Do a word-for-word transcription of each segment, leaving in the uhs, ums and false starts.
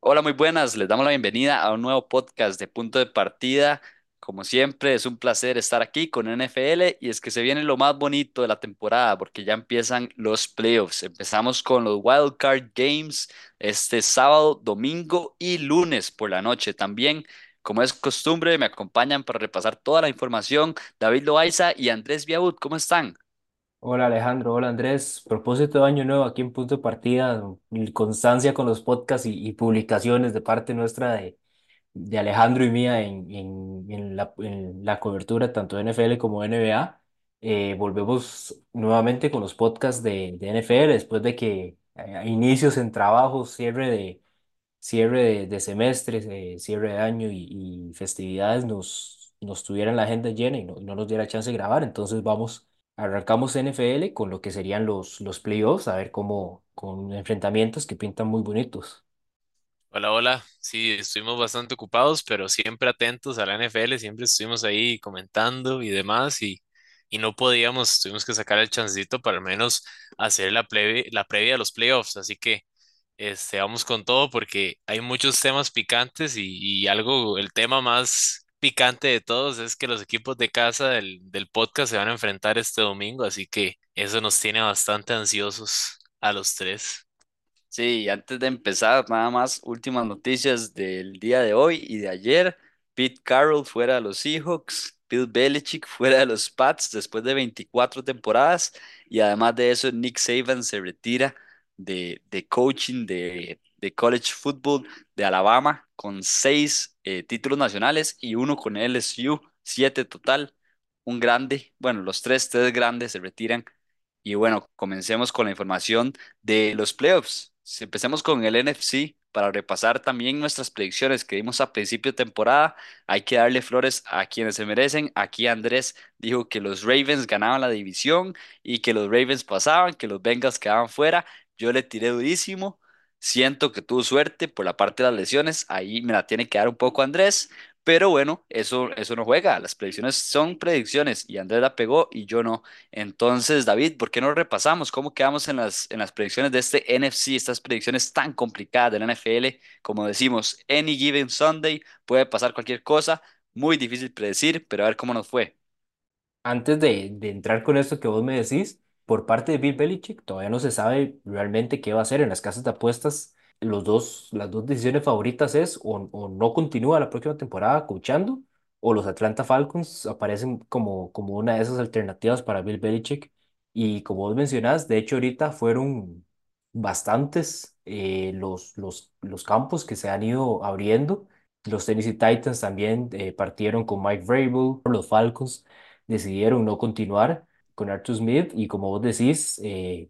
Hola, muy buenas. Les damos la bienvenida a un nuevo podcast de Punto de Partida. Como siempre, es un placer estar aquí con N F L y es que se viene lo más bonito de la temporada porque ya empiezan los playoffs. Empezamos con los Wild Card Games este sábado, domingo y lunes por la noche. También, como es costumbre, me acompañan para repasar toda la información David Loaiza y Andrés Viaud. ¿Cómo están? Hola Alejandro, hola Andrés. Propósito de año nuevo aquí en Punto de Partida, y constancia con los podcasts y, y publicaciones de parte nuestra de, de Alejandro y mía en, en, en la, en la cobertura tanto de N F L como N B A. Eh, volvemos nuevamente con los podcasts de, de N F L después de que eh, inicios en trabajos, cierre de, cierre de, de semestres, eh, cierre de año y, y festividades nos, nos tuvieran la agenda llena y no, no nos diera chance de grabar. Entonces vamos, arrancamos N F L con lo que serían los, los playoffs, a ver cómo, con enfrentamientos que pintan muy bonitos. Hola, Hola, sí, estuvimos bastante ocupados, pero siempre atentos a la N F L, siempre estuvimos ahí comentando y demás, y, y no podíamos, tuvimos que sacar el chancito para al menos hacer la previa, la previa a los playoffs, así que este, vamos con todo porque hay muchos temas picantes y, y algo, el tema más picante de todos es que los equipos de casa del, del podcast se van a enfrentar este domingo, así que eso nos tiene bastante ansiosos a los tres. Sí, antes de empezar, nada más últimas noticias del día de hoy y de ayer. Pete Carroll fuera de los Seahawks, Bill Belichick fuera de los Pats después de veinticuatro temporadas y además de eso Nick Saban se retira de, de coaching de, de college football de Alabama con seis eh, títulos nacionales y uno con L S U, siete total. Un grande, bueno, los tres, tres grandes se retiran. Y bueno, comencemos con la información de los playoffs. Si empecemos con el N F C para repasar también nuestras predicciones que dimos a principio de temporada. Hay que darle flores a quienes se merecen. Aquí Andrés dijo que los Ravens ganaban la división y que los Ravens pasaban, que los Bengals quedaban fuera. Yo le tiré durísimo. Siento que tuvo suerte por la parte de las lesiones. Ahí me la tiene que dar un poco Andrés. Pero bueno, eso, eso no juega. Las predicciones son predicciones y Andrés la pegó y yo no. Entonces, David, ¿por qué no repasamos cómo quedamos en las, en las predicciones de este N F C, estas predicciones tan complicadas de la N F L? Como decimos, any given Sunday puede pasar cualquier cosa, muy difícil predecir, pero a ver cómo nos fue. Antes de, de entrar con esto que vos me decís, por parte de Bill Belichick, todavía no se sabe realmente qué va a hacer en las casas de apuestas. Los dos, las dos decisiones favoritas es o, o no continúa la próxima temporada coachando, o los Atlanta Falcons aparecen como, como una de esas alternativas para Bill Belichick. Y como vos mencionás, de hecho ahorita fueron bastantes eh, los, los, los campos que se han ido abriendo. Los Tennessee Titans también eh, partieron con Mike Vrabel, los Falcons decidieron no continuar con Arthur Smith y como vos decís, eh,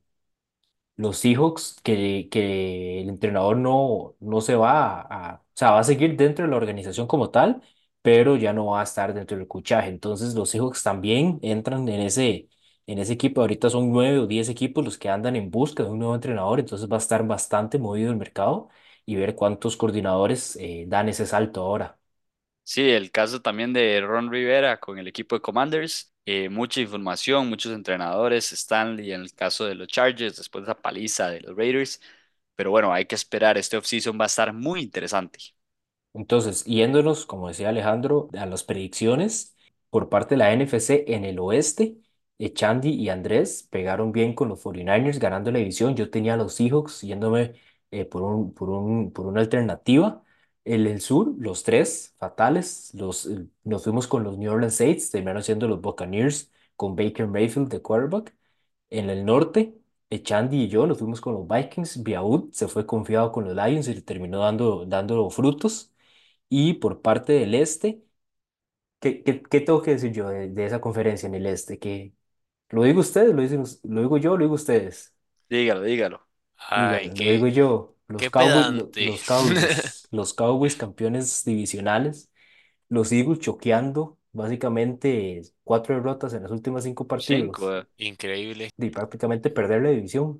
los Seahawks, que, que el entrenador no, no se va a, a- o sea, va a seguir dentro de la organización como tal, pero ya no va a estar dentro del cuchaje. Entonces los Seahawks también entran en ese, en ese equipo. Ahorita son nueve o diez equipos los que andan en busca de un nuevo entrenador, entonces va a estar bastante movido el mercado y ver cuántos coordinadores eh, dan ese salto ahora. Sí, el caso también de Ron Rivera con el equipo de Commanders, eh, mucha información, muchos entrenadores, Stanley en el caso de los Chargers, después de esa paliza de los Raiders, pero bueno, hay que esperar, este offseason va a estar muy interesante. Entonces, yéndonos, como decía Alejandro, a las predicciones por parte de la N F C en el oeste, eh, Chandy y Andrés pegaron bien con los cuarenta y nueve ers ganando la división. Yo tenía a los Seahawks yéndome eh, por un, por un, por una alternativa. En el sur, los tres fatales, los, eh, nos fuimos con los New Orleans Saints, terminaron siendo los Buccaneers con Baker Mayfield de quarterback. En el norte, eh, Chandy y yo nos fuimos con los Vikings. Biaud se fue confiado con los Lions y le terminó dando, dando frutos. Y por parte del este, ¿qué, qué, qué tengo que decir yo de, de esa conferencia en el este? Que lo digo ustedes, lo dicen, us- lo digo yo, lo digo ustedes. Dígalo, dígalo. Ay, Dígalo, lo digo qué, yo. Los qué Cowboys, lo- pedante. los Cowboys, los Cowboys campeones divisionales, los Eagles choqueando básicamente cuatro derrotas en los últimos cinco Cinco, partidos eh. Increíble. y prácticamente perder la división.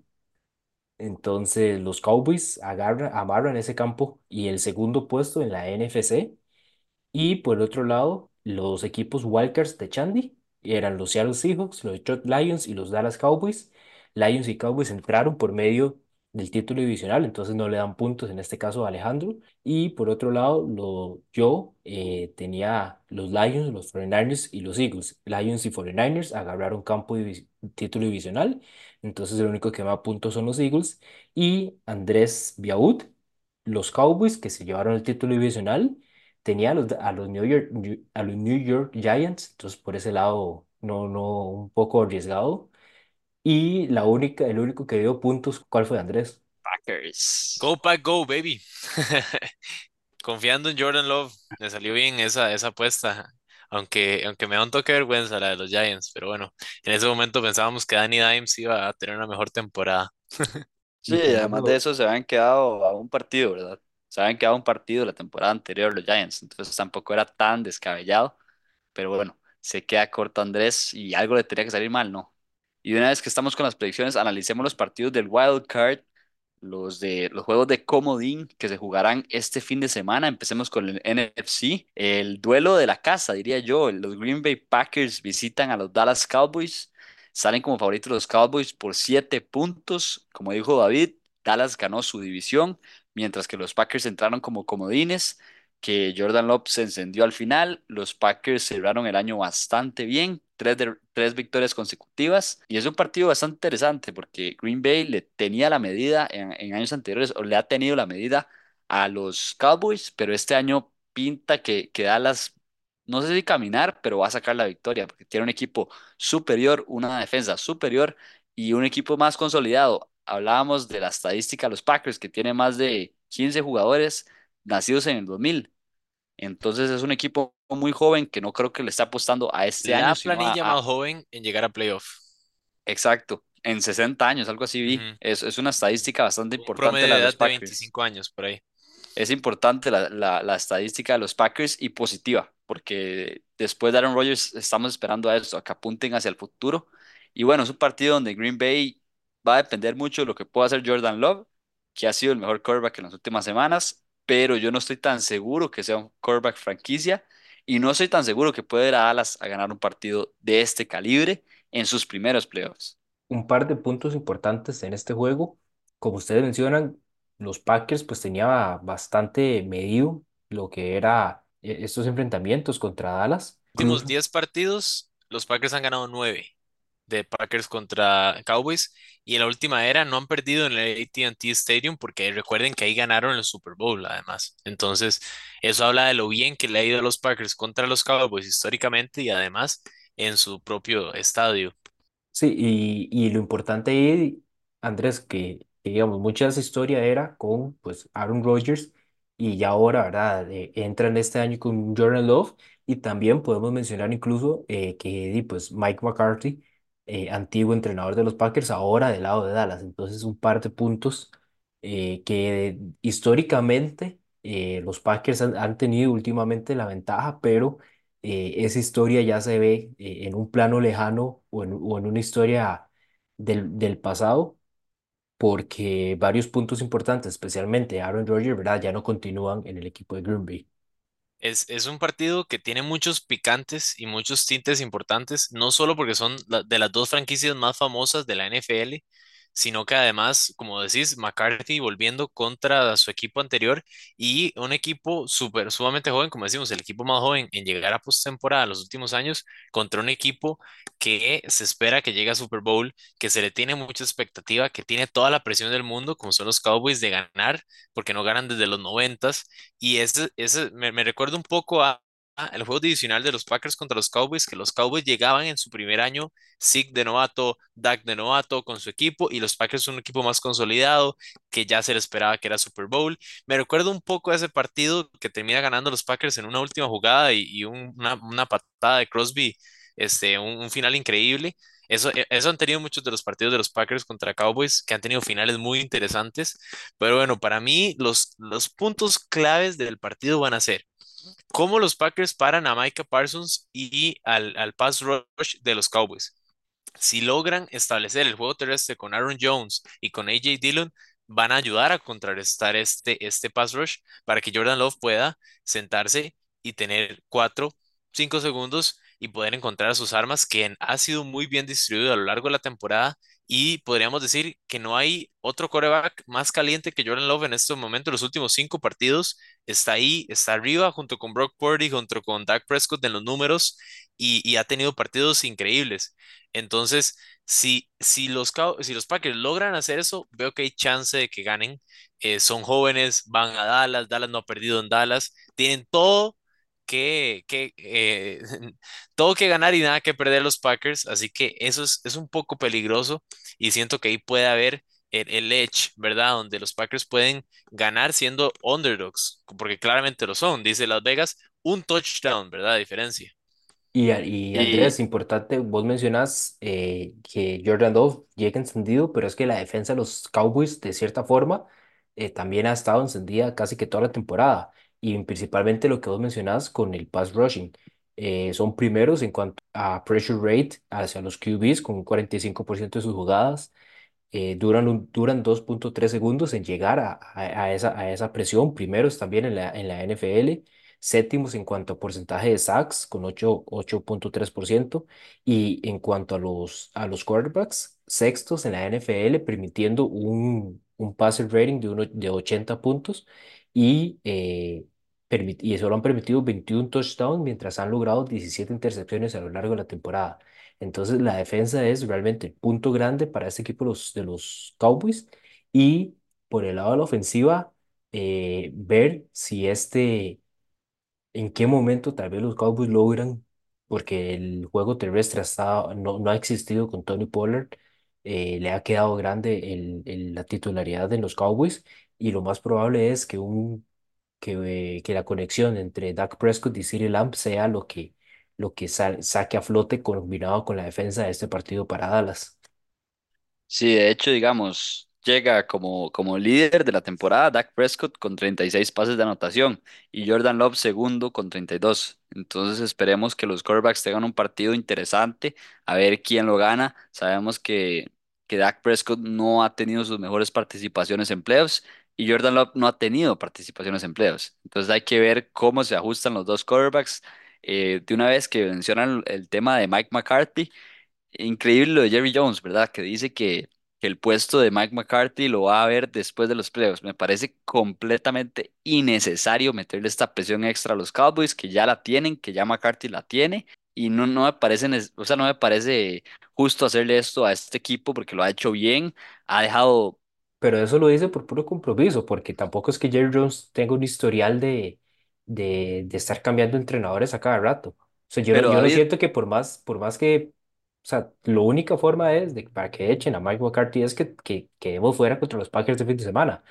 Entonces los Cowboys agarran, amarran ese campo y el segundo puesto en la N F C. Y por el otro lado, los equipos Wildcats de Chandy eran los Seattle Seahawks, los Detroit Lions y los Dallas Cowboys. Lions y Cowboys entraron por medio del título divisional, entonces no le dan puntos en este caso a Alejandro. Y por otro lado, lo, yo eh, tenía los Lions, los cuarenta y nueve y los Eagles. Lions y cuarenta y nueve agarraron campo divis- título divisional, entonces el único que me da puntos son los Eagles. Y Andrés Biaud, los Cowboys, que se llevaron el título divisional, tenía a los, a los New York, a los New York Giants, entonces por ese lado no, no, un poco arriesgado. Y la única, el único que dio puntos, ¿cuál fue, Andrés? Packers. Go Pack Go, baby. Confiando en Jordan Love, me salió bien esa, esa apuesta, aunque, aunque me da un toque de vergüenza la de los Giants, pero bueno, en ese momento pensábamos que Danny Dimes iba a tener una mejor temporada. Sí, Y además de tomando eso se habían quedado a un partido, ¿verdad? Se habían quedado a un partido la temporada anterior los Giants, entonces tampoco era tan descabellado, pero bueno, se queda corto Andrés y algo le tenía que salir mal, ¿no? Y una vez que estamos con las predicciones, analicemos los partidos del Wild Card, los de los juegos de comodín que se jugarán este fin de semana. Empecemos con el N F C, el duelo de la casa, diría yo. Los Green Bay Packers visitan a los Dallas Cowboys. Salen como favoritos los Cowboys por siete puntos. Como dijo David, Dallas ganó su división, mientras que los Packers entraron como comodines, que Jordan Love se encendió al final. Los Packers cerraron el año bastante bien, tres, de- tres victorias consecutivas. Y es un partido bastante interesante porque Green Bay le tenía la medida en, en años anteriores, o le ha tenido la medida a los Cowboys, pero este año pinta que, que Dallas, no sé si caminar, pero va a sacar la victoria porque tiene un equipo superior, una defensa superior y un equipo más consolidado. Hablábamos de la estadística de los Packers, que tiene más de quince jugadores nacidos en el dos mil. Entonces es un equipo muy joven que no creo que le esté apostando a este La año, sino a, planilla a- más joven en llegar a playoff. exacto, en sesenta años, algo así vi. Ujú. Es, es una estadística bastante Un importante promedio la de de los edad de Packers. veinticinco años por ahí. Es importante la, la, la estadística de los Packers y positiva, porque después de Aaron Rodgers estamos esperando a esto, a que apunten hacia el futuro. Y bueno, es un partido donde Green Bay va a depender mucho de lo que pueda hacer Jordan Love, que ha sido el mejor quarterback en las últimas semanas, pero yo no estoy tan seguro que sea un quarterback franquicia y no estoy tan seguro que pueda ir a Dallas a ganar un partido de este calibre en sus primeros playoffs. un par de puntos importantes en este juego. Como ustedes mencionan, los Packers pues tenía bastante medido lo que era eh, estos enfrentamientos contra Dallas. Últimos Incluso, diez partidos, los Packers han ganado nueve de Packers contra Cowboys y en la última era no han perdido en el A T and T Stadium porque recuerden que ahí ganaron el Super Bowl además. Entonces, eso habla de lo bien que le ha ido a los Packers contra los Cowboys históricamente y además en su propio estadio. sí, y, y lo importante ahí, Andrés, que, que, digamos, mucha de esa historia era con pues Aaron Rodgers y ya ahora, ¿verdad? Eh, entran este año con Jordan Love y también podemos mencionar incluso eh, que di, pues Mike McCarthy, eh, antiguo entrenador de los Packers, ahora del lado de Dallas. Entonces, un par de puntos eh, que históricamente eh, los Packers han, han tenido últimamente la ventaja, pero eh, esa historia ya se ve eh, en un plano lejano o en, o en una historia del, del pasado, porque varios puntos importantes, especialmente Aaron Rodgers, ¿verdad? Ya no continúan en el equipo de Green Bay. Es, es un partido que tiene muchos picantes y muchos tintes importantes, no solo porque son la- de las dos franquicias más famosas de la N F L, sino que además, como decís, McCarthy volviendo contra su equipo anterior y un equipo súper, sumamente joven, como decimos, el equipo más joven en llegar a postemporada en los últimos años, contra un equipo que se espera que llegue a Super Bowl, que se le tiene mucha expectativa, que tiene toda la presión del mundo, como son los Cowboys, de ganar, porque no ganan desde los noventas y ese, ese me, me recuerda un poco a, a el juego divisional de los Packers contra los Cowboys, que los Cowboys llegaban en su primer año, Zeke de novato, Dak de novato con su equipo, y los Packers un equipo más consolidado, que ya se le esperaba que era Super Bowl. Me recuerda un poco a ese partido que termina ganando los Packers en una última jugada y, y un- una, una patada de Crosby, este, un, un final increíble. Eso, e- eso han tenido muchos de los partidos de los Packers contra Cowboys, que han tenido finales muy interesantes. Pero bueno, para mí los, los puntos claves del partido van a ser cómo los Packers paran a Micah Parsons y al, al pass rush de los Cowboys. Si logran establecer el juego terrestre con Aaron Jones y con A J Dillon, van a ayudar a contrarrestar este, este pass rush para que Jordan Love pueda sentarse y tener cuatro, cinco segundos y poder encontrar sus armas que han- ha sido muy bien distribuido a lo largo de la temporada y podríamos decir que no hay otro quarterback más caliente que Jordan Love en este momento. Los últimos cinco partidos está ahí, está arriba junto con Brock Purdy, junto con Dak Prescott en los números y, y ha tenido partidos increíbles. Entonces, si, si los, Cow- si los Packers logran hacer eso, veo que hay chance de que ganen. Eh, son jóvenes, van a Dallas, Dallas no ha perdido en Dallas, tienen todo que, que eh, todo que ganar y nada que perder los Packers, así que eso es, es un poco peligroso y siento que ahí puede haber el, el edge, ¿verdad? Donde los Packers pueden ganar siendo underdogs, porque claramente lo son, dice Las Vegas, un touchdown, ¿verdad? diferencia. Y, a- y Y Andrés, importante, vos mencionas eh, que Jordan Love llega encendido, pero es que la defensa de los Cowboys, de cierta forma, eh, también ha estado encendida casi que toda la temporada. Y principalmente lo que vos mencionás con el pass rushing. Eh, son primeros en cuanto a pressure rate hacia los Q Bs, con un cuarenta y cinco por ciento de sus jugadas eh, duran, un- duran dos punto tres segundos en llegar a, a- a esa, a esa presión, primeros también en la, en la N F L, séptimos en cuanto a porcentaje de sacks con ocho ocho punto tres por ciento y en cuanto a los, a los quarterbacks, sextos en la N F L, permitiendo un, un passer rating de, uno, de ochenta puntos y, eh, permit- y solo han permitido veintiún touchdowns mientras han logrado diecisiete intercepciones a lo largo de la temporada. Entonces la defensa es realmente el punto grande para este equipo de los, de los Cowboys. Y por el lado de la ofensiva, eh, ver si este, en qué momento tal vez los Cowboys logran, porque el juego terrestre hasta no, no ha existido con Tony Pollard, eh, le ha quedado grande el, el- la titularidad en los Cowboys y lo más probable es que un que, eh, que la conexión entre Dak Prescott y CeeDee Lamb sea lo que, lo que sa- saque a flote combinado con la defensa de este partido para Dallas. sí, de hecho, digamos, llega como, como líder de la temporada Dak Prescott con treinta y seis pases de anotación y Jordan Love segundo con treinta y dos. Entonces esperemos que los quarterbacks tengan un partido interesante, a ver quién lo gana. Sabemos que, que Dak Prescott no ha tenido sus mejores participaciones en playoffs y Jordan Love no ha tenido participaciones en playoffs. Entonces hay que ver cómo se ajustan los dos quarterbacks. Eh, de una vez que mencionan el tema de Mike McCarthy. Increíble lo de Jerry Jones, ¿verdad? Que dice que, que el puesto de Mike McCarthy lo va a ver después de los playoffs. Me parece completamente innecesario meterle esta presión extra a los Cowboys, que ya la tienen, que ya McCarthy la tiene. Y no, no me parece, nece- o sea, no me parece justo hacerle esto a este equipo porque lo ha hecho bien. Ha dejado, Pero eso lo dice por puro compromiso, porque tampoco es que Jerry Jones tenga un historial de, de, de estar cambiando entrenadores a cada rato. O sea, yo no, pero yo no David, siento que por más, por más que, o sea, la única forma es de, para que echen a Mike McCarthy es que, que quedemos fuera contra los Packers de fin de semana.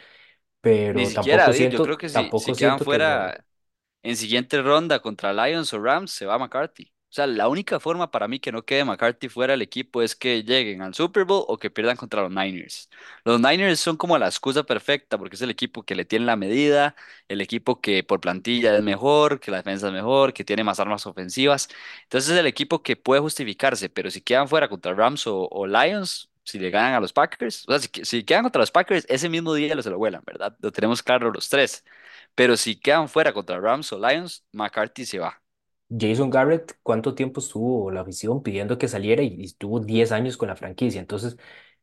ni Pero siquiera tampoco David, yo siento, creo que si, tampoco si quedan siento que no. fuera en siguiente ronda contra Lions o Rams, se va McCarthy. O sea, la única forma para mí que no quede McCarthy fuera del equipo es que lleguen al Super Bowl o que pierdan contra los Niners. Los Niners son como la excusa perfecta porque es el equipo que le tiene la medida, el equipo que por plantilla es mejor, que la defensa es mejor, que tiene más armas ofensivas. Entonces es el equipo que puede justificarse, pero si quedan fuera contra Rams o, o Lions, si le ganan a los Packers, o sea, si, que- si quedan contra los Packers, ese mismo día lo se lo vuelan, ¿verdad? Lo tenemos claro los tres. Pero si quedan fuera contra Rams o Lions, McCarthy se va. Jason Garrett, ¿cuánto tiempo estuvo la afición pidiendo que saliera y, y estuvo diez años con la franquicia? Entonces,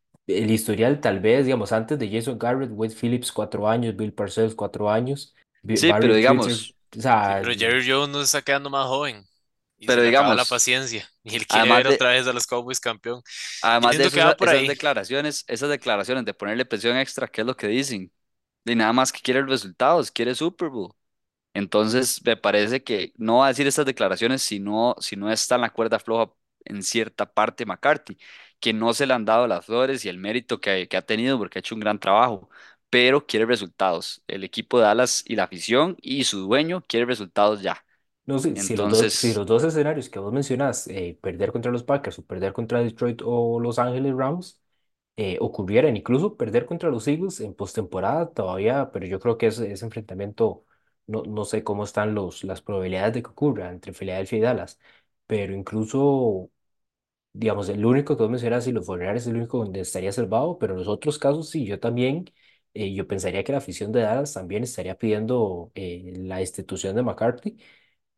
el historial tal vez, digamos, antes de Jason Garrett, Wade Phillips cuatro años, Bill Parcells cuatro años, Bi- Sí, Barry pero Switzer, digamos, o Sí, sea, pero Jerry Jones no se está quedando más joven y se pero le acaba la digamos, paciencia y él quiere además ver de, otra vez a los Cowboys campeón. Yo además de siento eso, que va esa- por esas ahí. declaraciones, esas declaraciones de ponerle presión extra, ¿qué es lo que dicen? Y nada más que quiere resultados, quiere Super Bowl. Entonces, me parece que no va a decir estas declaraciones si no, si no está en la cuerda floja en cierta parte McCarthy, que no se le han dado las flores y el mérito que, que ha tenido porque ha hecho un gran trabajo, pero quiere resultados. El equipo de Dallas y la afición y su dueño quiere resultados ya. no sé, si los dos, si Entonces, los dos escenarios que vos mencionás, eh, perder contra los Packers o perder contra Detroit o Los Ángeles Rams, eh, ocurrieran, incluso perder contra los Eagles en postemporada todavía, pero yo creo que ese, ese enfrentamiento, no, no sé cómo están los, las probabilidades de que ocurra entre Philadelphia y Dallas, pero incluso digamos, el único que vos mencionas, y los Fornales es el único donde estaría salvado, pero en los otros casos sí, yo también, eh, yo pensaría que la afición de Dallas también estaría pidiendo eh, la destitución de McCarthy,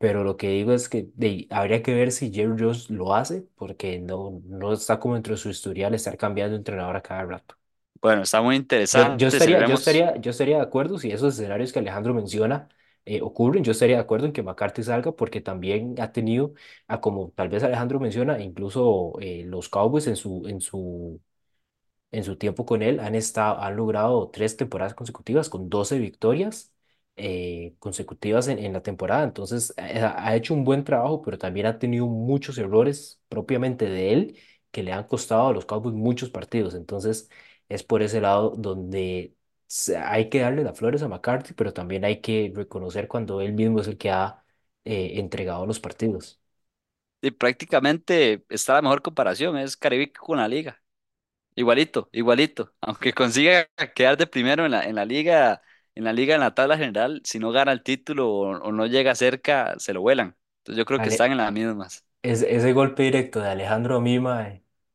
pero lo que digo es que de, habría que ver si Jerry Jones lo hace, porque no, no está como entre su historial estar cambiando de entrenador a cada rato. Bueno, está muy Yo, yo interesante. estaría, yo Cerremos. estaría, yo estaría de acuerdo si esos escenarios que Alejandro menciona eh, ocurren, yo estaría de acuerdo en que McCarthy salga porque también ha tenido, a como tal vez Alejandro menciona, incluso eh, los Cowboys en su, en su en su tiempo con él han estado, han logrado tres temporadas consecutivas con doce victorias eh, consecutivas en, en la temporada. Entonces, ha, ha hecho un buen trabajo, pero también ha tenido muchos errores propiamente de él que le han costado a los Cowboys muchos partidos. Entonces, es por ese lado donde se- hay que darle las flores a McCarthy, pero también hay que reconocer cuando él mismo es el que ha eh, entregado los partidos. Y prácticamente está la mejor comparación, es Caribe con la liga. Igualito, igualito. Aunque consiga quedar de primero en la, en la liga, en la liga, en la tabla general, si no gana el título o, o no llega cerca, se lo vuelan. Entonces yo creo que están Ale- en las mismas. ese, ese golpe directo de Alejandro Mima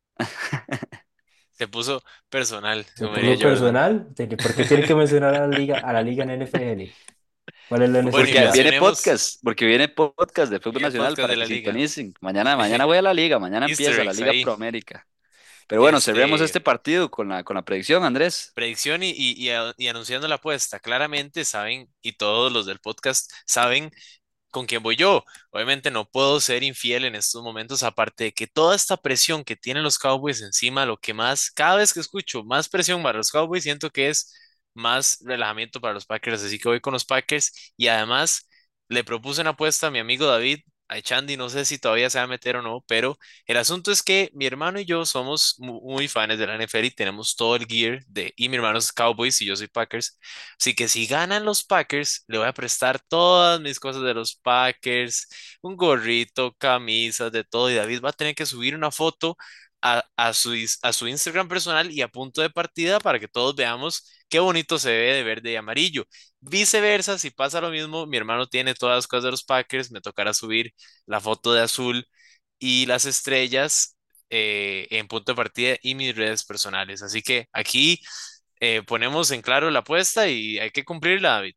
Se puso personal, se como diría puso Jordan. personal. Te- ¿Por qué tiene que mencionar a la liga, a la liga en N F L? ¿Cuál es la Bueno, y Porque necesidad? viene mencionemos podcast, porque viene podcast de fútbol el nacional podcast para de que la liga. sintonicen. Mañana, mañana voy a la liga, mañana Easter empieza la eggs Liga ahí. Proamérica. Pero bueno, cerremos Este, este partido con la, con la predicción, Andrés. predicción y, y, y a- y anunciando la apuesta. Claramente saben, y todos los del podcast saben con quién voy yo. Obviamente no puedo ser infiel en estos momentos, aparte de que toda esta presión que tienen los Cowboys encima, lo que más, cada vez que escucho más presión para los Cowboys, siento que es más relajamiento para los Packers, así que voy con los Packers y además le propuse una apuesta a mi amigo David. A Chandy, no sé si todavía se va a meter o no, pero el asunto es que mi hermano y yo somos mu- muy fans de la N F L y tenemos todo el gear de, y mi hermano es Cowboys y yo soy Packers. Así que si ganan los Packers, le voy a prestar todas mis cosas de los Packers, un gorrito, camisas, de todo. Y David va a tener que subir una foto a, a su, is- a su Instagram personal y a punto de partida para que todos veamos qué bonito se ve de verde y amarillo. Viceversa, si pasa lo mismo, mi hermano tiene todas las cosas de los Packers, me tocará subir la foto de azul y las estrellas eh, en punto de partida y mis redes personales. Así que aquí eh, ponemos en claro la apuesta y hay que cumplirla, David.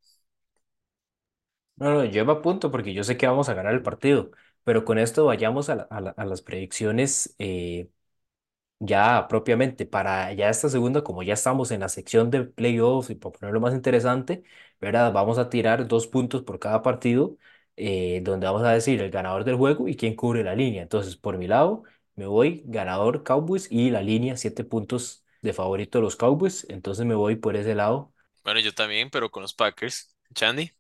No, no, yo me apunto porque yo sé que vamos a ganar el partido, pero con esto vayamos a, la- a la- a las predicciones eh, ya propiamente para ya esta segunda, como ya estamos en la sección de playoffs y por ponerlo más interesante, ¿verdad? Vamos a tirar dos puntos por cada partido, eh, donde vamos a decir el ganador del juego y quién cubre la línea. Entonces, por mi lado, me voy ganador Cowboys y la línea siete puntos de favorito de los Cowboys, entonces me voy por ese lado. Bueno, yo también, pero con los Packers. Chandy.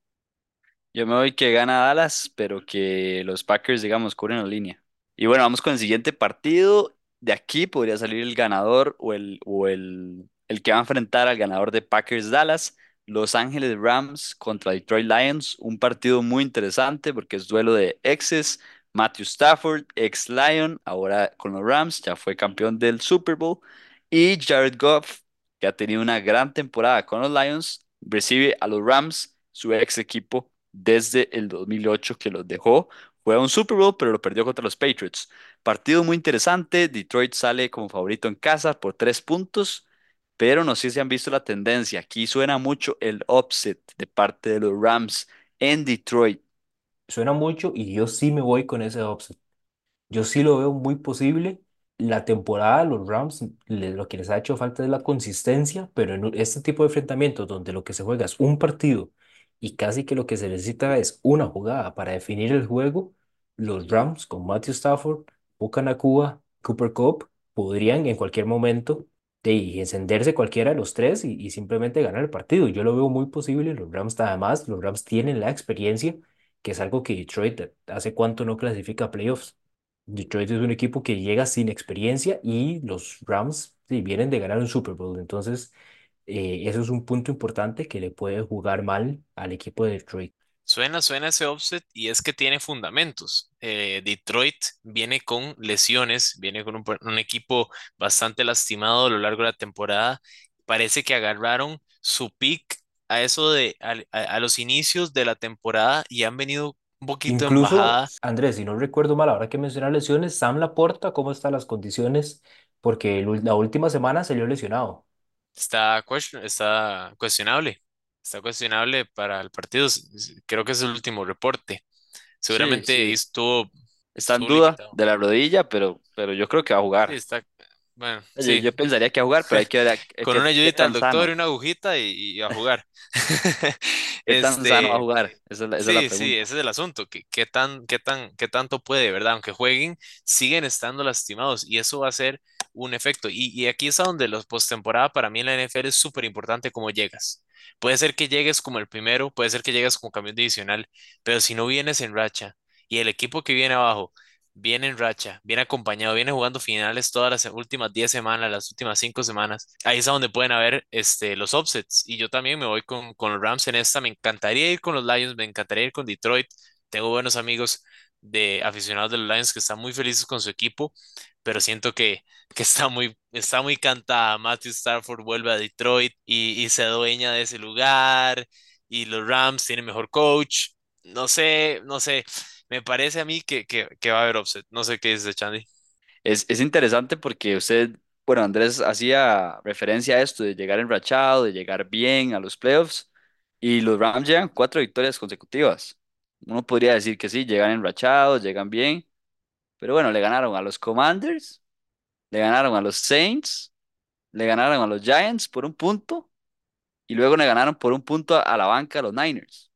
Yo me voy que gana Dallas, pero que los Packers, digamos, cubren la línea. Y bueno, vamos con el siguiente partido. De aquí podría salir el ganador o el, o el, el que va a enfrentar al ganador de Packers Dallas. Los Ángeles Rams contra Detroit Lions. Un partido muy interesante porque es duelo de exes. Matthew Stafford, ex Lion, ahora con los Rams, ya fue campeón del Super Bowl. Y Jared Goff, que ha tenido una gran temporada con los Lions, recibe a los Rams, su ex equipo desde el dos mil ocho que los dejó. Fue a un Super Bowl, pero lo perdió contra los Patriots. Partido muy interesante. Detroit sale como favorito en casa por tres puntos, pero no sé si han visto la tendencia. Aquí suena mucho el upset de parte de los Rams en Detroit. Suena mucho y yo sí me voy con ese upset. Yo sí lo veo muy posible. La temporada, los Rams, le- lo que les ha hecho falta es la consistencia, pero en un- este tipo de enfrentamientos donde lo que se juega es un partido y casi que lo que se necesita es una jugada para definir el juego, los Rams con Matthew Stafford, Puka Nacua, Cooper Kupp podrían en cualquier momento de encenderse cualquiera de los tres y, y simplemente ganar el partido. Yo lo veo muy posible. Los Rams, además, los Rams tienen la experiencia, que es algo que Detroit hace cuánto no clasifica a playoffs. Detroit es un equipo que llega sin experiencia y los Rams sí, vienen de ganar un Super Bowl. Entonces, eh, eso es un punto importante que le puede jugar mal al equipo de Detroit. Suena, suena ese offset y es que tiene fundamentos. Eh, Detroit viene con lesiones, viene con un, un equipo bastante lastimado a lo largo de la temporada. Parece que agarraron su pick a eso de al- a, a los inicios de la temporada y han venido un poquito en Incluso, bajada. Andrés, si no recuerdo mal, ahora que mencionas lesiones, Sam Laporta, ¿cómo están las condiciones? Porque el ul- la última semana salió lesionado. Está, question- está cuestionable. Está cuestionable para el partido. s- s- Creo que es el último reporte. Sí, Seguramente sí. estuvo, Está en estuvo duda limitado. de la rodilla, pero, pero yo creo que va a Sí, jugar. está, bueno, Yo, sí. yo pensaría que va a jugar, pero hay que ver a- a Con qué, una qué ayudita al tan doctor y sano. una agujita y, y a jugar. ¿Qué tan sano va a Este, jugar? Esa es la, esa es la sí, sí, pregunta. ese es el asunto. ¿Qué, qué tan, qué tan, qué tanto puede, verdad? Aunque jueguen, siguen estando lastimados y eso va a ser un efecto. Y, y aquí es a donde los postemporada para mí en la N F L es súper importante cómo llegas. Puede ser que llegues como el primero, puede ser que llegues como campeón divisional, pero si no vienes en racha y el equipo que viene abajo viene en racha, viene acompañado, viene jugando finales todas las últimas diez semanas, las últimas cinco semanas. Ahí es a donde pueden haber este, los upsets. Y yo también me voy con, con los Rams en esta. Me encantaría ir con los Lions, me encantaría ir con Detroit. Tengo buenos amigos de aficionados de los Lions que están muy felices con su equipo, pero siento que, que está muy, está muy cantada. Matthew Stafford vuelve a Detroit y, y se adueña de ese lugar. Y los Rams tienen mejor coach. No sé, no sé. Me parece a mí que, que, que va a haber offset. No sé qué dice Chandy. Es, es interesante porque usted, bueno, Andrés hacía referencia a esto de llegar enrachado, de llegar bien a los playoffs, y los Rams llegan cuatro victorias consecutivas. Uno podría decir que sí, llegan enrachados, llegan bien, pero bueno, le ganaron a los Commanders, le ganaron a los Saints, le ganaron a los Giants por un punto, y luego le ganaron por un punto a, a la banca a los Niners.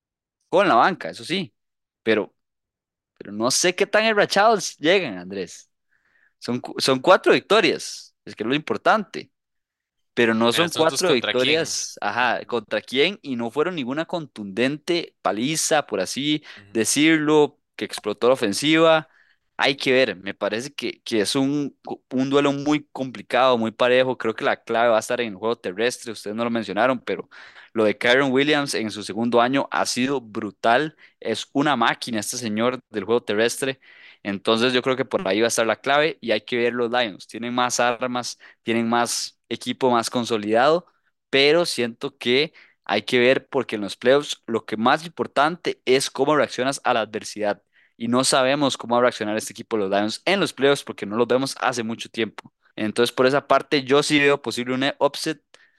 Con la banca, eso sí, pero, pero no sé qué tan enrachados llegan, Andrés. Son, cu- son cuatro victorias, es que es lo importante, pero no El son asunto es cuatro contra quién. victorias, ajá, Ujú, ¿contra quién? Y no fueron ninguna contundente paliza, por así ujú. decirlo, que explotó la ofensiva. Hay que ver, me parece que, que es un, un duelo muy complicado, muy parejo. Creo que la clave va a estar en el juego terrestre, ustedes no lo mencionaron, pero lo de Kyron Williams en su segundo año ha sido brutal. Es una máquina este señor del juego terrestre. Entonces yo creo que por ahí va a estar la clave y hay que ver los Lions. Tienen más armas, tienen más equipo más consolidado, pero siento que hay que ver porque en los playoffs lo que más importante es cómo reaccionas a la adversidad. Y no sabemos cómo va a reaccionar este equipo de los Lions en los playoffs porque no los vemos hace mucho tiempo. Entonces, por esa parte, yo sí veo posible un upset.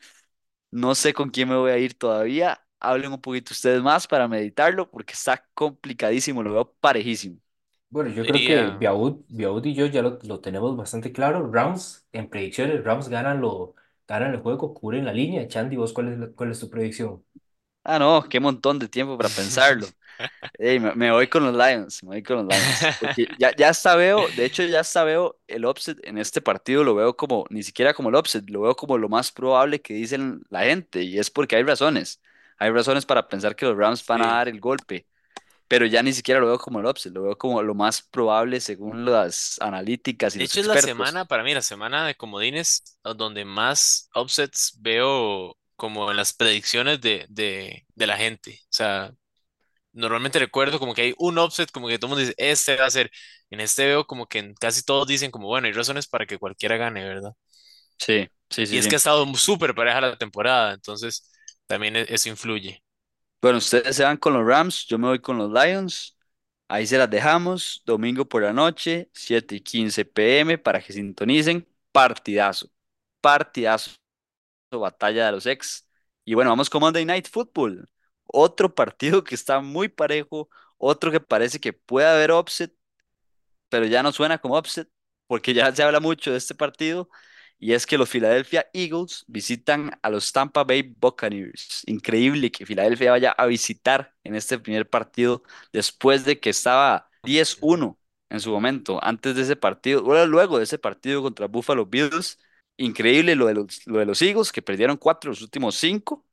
No sé con quién me voy a ir todavía. Hablen un poquito ustedes más para meditarlo porque está complicadísimo, lo veo parejísimo. Bueno, Yo yo creo que diría, Biaud, Biaud y yo ya lo, lo tenemos bastante claro. Rams, en predicciones, Rams ganan, lo, ganan el juego, cubren la línea. Chandy, ¿vos cuál es, la- cuál es tu predicción? Ah, no, qué montón de tiempo para pensarlo. Ey, me, me voy con los Lions, me voy con los Lions. Porque ya, ya hasta veo, de hecho ya hasta veo el upset en este partido, lo veo como, ni siquiera como el upset, lo veo como lo más probable que dicen la gente, y es porque hay razones. Hay razones para pensar que los Rams van a sí. dar el golpe, pero ya ni siquiera lo veo como el upset, lo veo como lo más probable según las analíticas y De los hecho, es la expertos. semana, para mí, la semana de comodines, a donde más upsets veo como en las predicciones de, de, de la gente. O sea, normalmente recuerdo como que hay un upset, como que todo el mundo dice, este va a ser. En este veo como que en casi todos dicen como, bueno, hay razones para que cualquiera gane, ¿verdad? Sí, sí, Y sí, es que ha sí. estado súper pareja la temporada, entonces también e- eso influye. Bueno, ustedes se van con los Rams, yo me voy con los Lions. Ahí se las dejamos, domingo por la noche, siete y quince p m para que sintonicen. Partidazo, partidazo, batalla de los ex. Y bueno, vamos con Monday Night Football. Otro partido que está muy parejo, otro que parece que puede haber upset, pero ya no suena como upset, porque ya se habla mucho de este partido, y es que los Philadelphia Eagles visitan a los Tampa Bay Buccaneers. Increíble que Philadelphia vaya a visitar en este primer partido después de que estaba diez uno en su momento, antes de ese partido, bueno, luego de ese partido contra Buffalo Bills. Increíble lo de los, lo de los Eagles, que perdieron cuatro de los últimos cinco.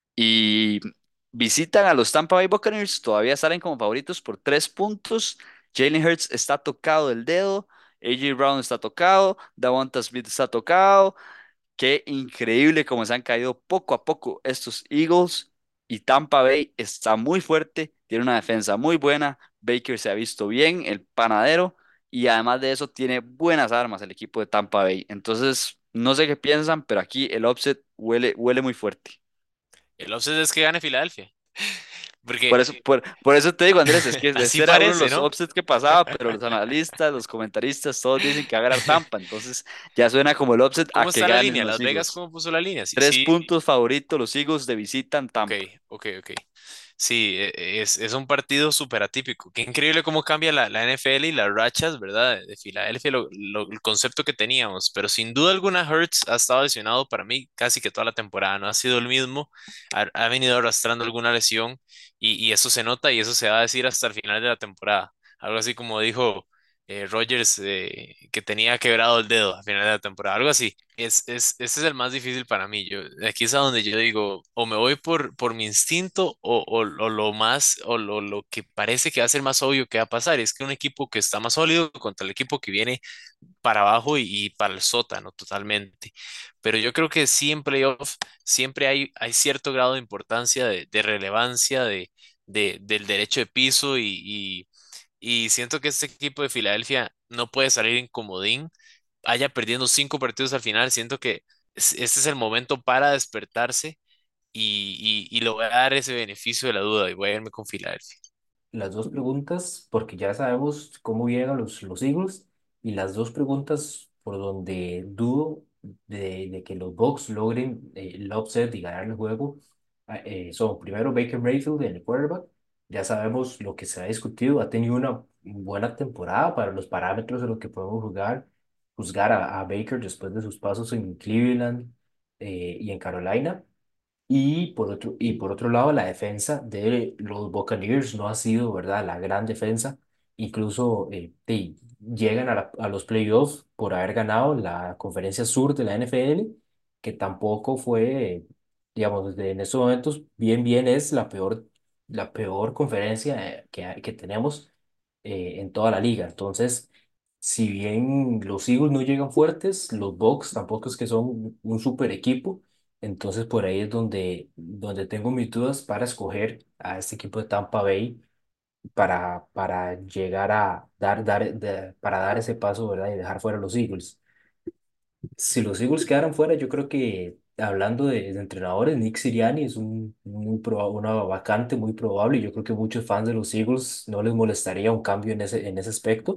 Y visitan a los Tampa Bay Buccaneers, todavía salen como favoritos por tres puntos. Jalen Hurts está tocado del dedo, A J Brown está tocado, Davonta Smith está tocado. Qué increíble cómo se han caído poco a poco estos Eagles. Y Tampa Bay está muy fuerte, tiene una defensa muy buena. Baker se ha visto bien, el panadero, y además de eso tiene buenas armas el equipo de Tampa Bay. Entonces, no sé qué piensan, pero aquí el upset huele, huele muy fuerte. El offset es que gane Filadelfia, porque Por eso, por, por eso te digo, Andrés, es que así este era uno de parece, los ¿no? upsets que pasaba, pero los analistas, los comentaristas, todos dicen que va a ganar Tampa, entonces ya suena como el upset a ¿Cómo que está la ganen línea? los Las Vegas, Eagles. ¿cómo puso la línea? Sí, Tres sí, puntos favoritos, los Eagles de visita en ok, Tampa. ok, ok. Sí, e- es, es un partido súper atípico. Qué increíble cómo cambia la, la N F L y las rachas, ¿verdad? De, de Filadelfia, lo- lo- el concepto que teníamos. Pero sin duda alguna, Hurts ha estado lesionado para mí casi que toda la temporada. No ha sido el mismo. Ha, ha venido arrastrando alguna lesión y, y eso se nota y eso se va a decir hasta el final de la temporada. Algo así como dijo eh, Rodgers, eh, que tenía quebrado el dedo al final de la temporada. Algo así. Es, es, ese es el más difícil para mí. Yo, aquí es a donde yo digo, o me voy por, por mi instinto o, o- o lo más, o lo, lo que parece que va a ser más obvio que va a pasar. Es que un equipo que está más sólido contra el equipo que viene para abajo y, y para el sótano totalmente. Pero yo creo que sí en playoff siempre hay, hay cierto grado de importancia, de, de relevancia, de, de- del derecho de piso y, y y siento que este equipo de Filadelfia no puede salir en comodín, haya perdiendo cinco partidos al final. Siento que es- este es el momento para despertarse y, y, y le voy a dar ese beneficio de la duda y voy a irme con Filadelfia. Las dos preguntas, porque ya sabemos cómo llegan los, los Eagles, y las dos preguntas por donde dudo de, de que los Bucks logren eh, el upset y ganar el juego, ah, eh, son primero Baker Mayfield en el quarterback. Ya sabemos lo que se ha discutido, ha tenido una buena temporada para los parámetros de lo que podemos jugar, juzgar a, a Baker después de sus pasos en Cleveland eh, y en Carolina. Y por otro, y por otro lado, la defensa de los Buccaneers no ha sido, ¿verdad?, la gran defensa. Incluso eh, de- llegan a, la- a los playoffs por haber ganado la conferencia sur de la N F L, que tampoco fue, digamos, desde en estos momentos, bien, bien es la peor, la peor conferencia eh, que, hay- que tenemos eh, en toda la liga. Entonces, si bien los Eagles no llegan fuertes, los Bucks tampoco es que son un super equipo. Entonces por ahí es donde, donde tengo mis dudas para escoger a este equipo de Tampa Bay para, para llegar a dar, dar, de- para dar ese paso, ¿verdad? Y dejar fuera a los Eagles. Si los Eagles quedaran fuera, yo creo que hablando de, de entrenadores, Nick Sirianni es un, muy proba- una vacante muy probable. Y yo creo que muchos fans de los Eagles no les molestaría un cambio en ese, en ese aspecto,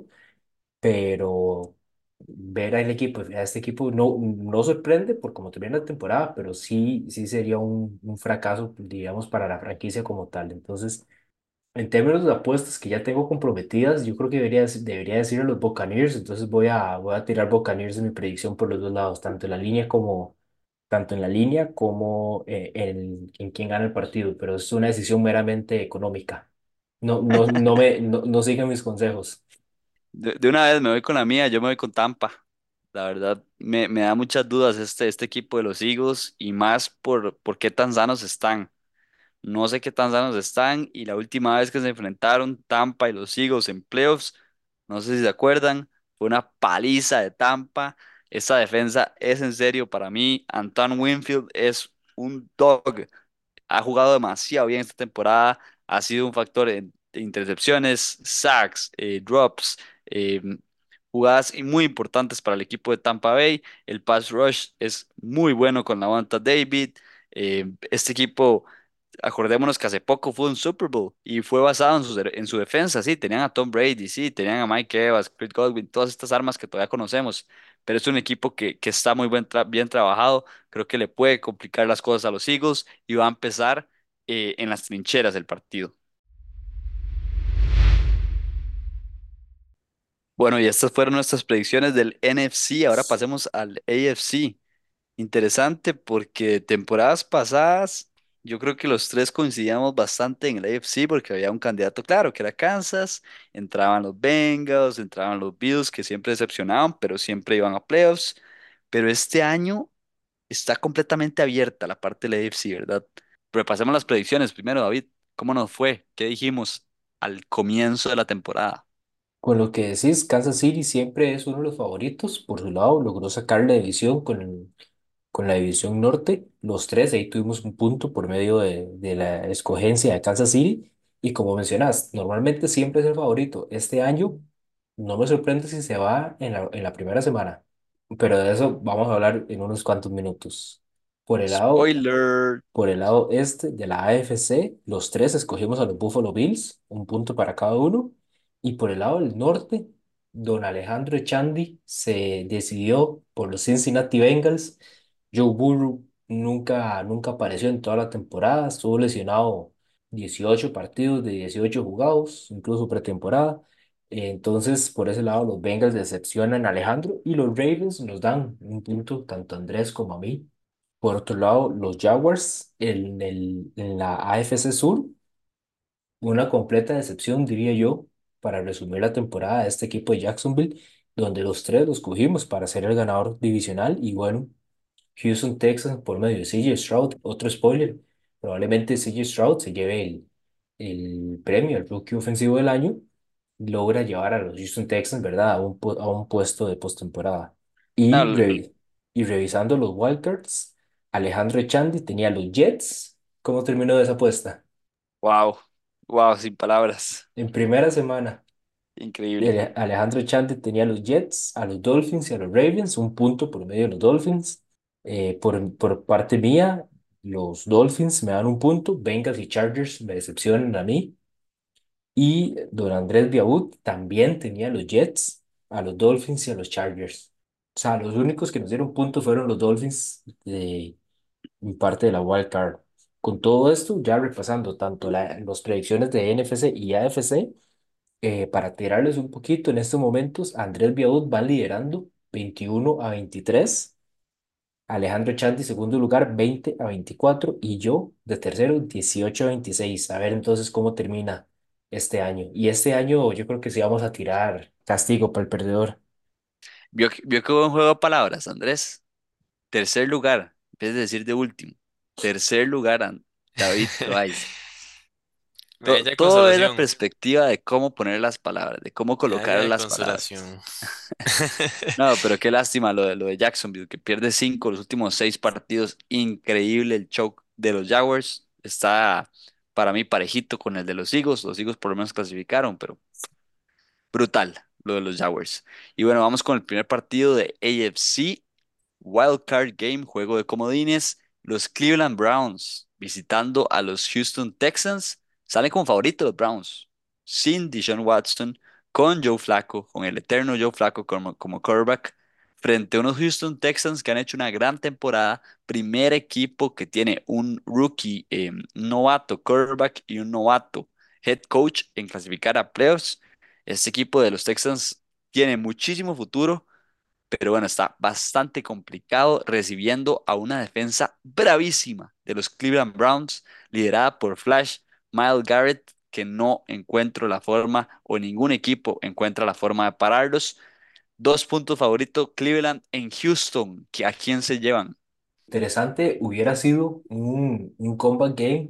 pero ver al equipo, a este equipo no, no sorprende por cómo termina la temporada, pero sí, sí sería un, un fracaso, digamos, para la franquicia como tal. Entonces, en términos de apuestas que ya tengo comprometidas, yo creo que debería, dec- debería decir a los Buccaneers. Entonces voy a, voy a tirar Buccaneers en mi predicción por los dos lados, tanto en la línea como, tanto en la línea como eh, en, en quién gana el partido, pero es una decisión meramente económica. No, no, no me, no, no sigan mis consejos. De, de una vez me voy con la mía, yo me voy con Tampa. La verdad, me, me da muchas dudas este, este equipo de los Eagles y más por, por qué tan sanos están. No sé qué tan sanos están y la última vez que se enfrentaron Tampa y los Eagles en playoffs, no sé si se acuerdan, fue una paliza de Tampa. Esa defensa es en serio para mí. Antoine Winfield es un dog, ha jugado demasiado bien esta temporada, ha sido un factor en de intercepciones, sacks, eh, drops, eh, jugadas muy importantes para el equipo de Tampa Bay. El pass rush es muy bueno con la Lavonte David. Eh, este equipo, acordémonos que hace poco fue un Super Bowl y fue basado en su, en su defensa. Sí, tenían a Tom Brady, sí, tenían a Mike Evans, Chris Godwin, todas estas armas que todavía conocemos, pero es un equipo que, que está muy buen tra- bien trabajado. Creo que le puede complicar las cosas a los Eagles y va a empezar eh, en las trincheras del partido. Bueno, y estas fueron nuestras predicciones del N F C. Ahora pasemos al A F C. Interesante porque temporadas pasadas yo creo que los tres coincidíamos bastante en el A F C porque había un candidato claro que era Kansas, entraban los Bengals, entraban los Bills que siempre decepcionaban pero siempre iban a playoffs. Pero este año está completamente abierta la parte del A F C, ¿verdad? Repasemos las predicciones primero, David. ¿Cómo nos fue? ¿Qué dijimos al comienzo de la temporada? Con lo que decís, Kansas City siempre es uno de los favoritos. Por su lado, logró sacar la división con, el- con la división norte. Los tres, ahí tuvimos un punto por medio de, de la escogencia de Kansas City. Y como mencionas, normalmente siempre es el favorito. Este año no me sorprende si se va en la, en la primera semana. Pero de eso vamos a hablar en unos cuantos minutos. Por el lado Spoiler. por el lado este de la A F C, los tres escogimos a los Buffalo Bills, un punto para cada uno. Y por el lado del norte, don Alejandro Echandi se decidió por los Cincinnati Bengals. Joe Burrow nunca, nunca apareció en toda la temporada, estuvo lesionado dieciocho partidos de dieciocho jugados, incluso pretemporada. Eh, Entonces, por ese lado, los Bengals decepcionan a Alejandro y los Ravens nos dan un punto tanto a Andrés como a mí. Por otro lado, los Jaguars en, el, en la A F C Sur, una completa decepción, diría yo, para resumir la temporada de este equipo de Jacksonville, donde los tres los cogimos para ser el ganador divisional. Y bueno, Houston Texans por medio de C J Stroud, otro spoiler, probablemente C J Stroud se lleve el, el premio al Rookie Ofensivo del Año, logra llevar a los Houston Texans, ¿verdad?, a un, pu- a un puesto de postemporada. Y, revi- y revisando los wildcards, Alejandro Echandi tenía los Jets. ¿Cómo terminó esa apuesta? Wow, wow, sin palabras. En primera semana, Increíble. Ale- Alejandro Echandi tenía los Jets, a los Dolphins y a los Ravens, un punto por medio de los Dolphins. Eh, por, por parte mía, los Dolphins me dan un punto, Bengals y Chargers me decepcionan a mí. Y don Andrés Biabut también tenía los Jets, a los Dolphins y a los Chargers. O sea, los únicos que nos dieron puntos fueron los Dolphins de mi parte de la wild card. Con todo esto, ya repasando tanto la, las predicciones de N F C y A F C, eh, para tirarles un poquito en estos momentos, Andrés Biabut va liderando veintiuno a veintitrés. Alejandro Chanti, segundo lugar, veinte a veinticuatro. Y yo, de tercero, dieciocho a veintiséis. A ver entonces cómo termina este año. Y este año yo creo que sí vamos a tirar castigo para el perdedor. Vio, que- vio que hubo un juego de palabras, Andrés. Tercer lugar, en vez de decir de último. Tercer lugar, An- David Loaiza. To- Medalla de todo es la consolación. perspectiva de cómo poner las palabras, de cómo Medalla colocar de las palabras. consolación. No, pero qué lástima lo de, lo de Jacksonville, que pierde cinco los últimos seis partidos. Increíble el choke de los Jaguars. Está para mí parejito con el de los Eagles. Los Eagles por lo menos clasificaron, pero brutal lo de los Jaguars. Y bueno, vamos con el primer partido de A F C. Wild Card Game, juego de comodines, los Cleveland Browns visitando a los Houston Texans. Salen como favoritos los Browns, sin Deshaun Watson, con Joe Flacco, con el eterno Joe Flacco como, como quarterback, frente a unos Houston Texans que han hecho una gran temporada. Primer equipo que tiene un rookie, eh, un novato quarterback y un novato head coach en clasificar a playoffs. Este equipo de los Texans tiene muchísimo futuro, pero bueno, está bastante complicado recibiendo a una defensa bravísima de los Cleveland Browns, liderada por Flash Miles Garrett, que no encuentro la forma o ningún equipo encuentra la forma de pararlos. Dos puntos favoritos, Cleveland en Houston, que a quién se llevan. Interesante, hubiera sido un, un comeback game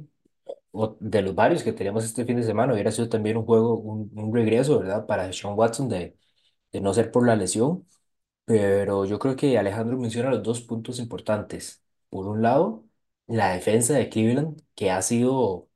o de los varios que teníamos este fin de semana. Hubiera sido también un juego, un, un regreso, ¿verdad? Para Sean Watson de, de no ser por la lesión. Pero yo creo que Alejandro menciona los dos puntos importantes. Por un lado, la defensa de Cleveland, que ha sido,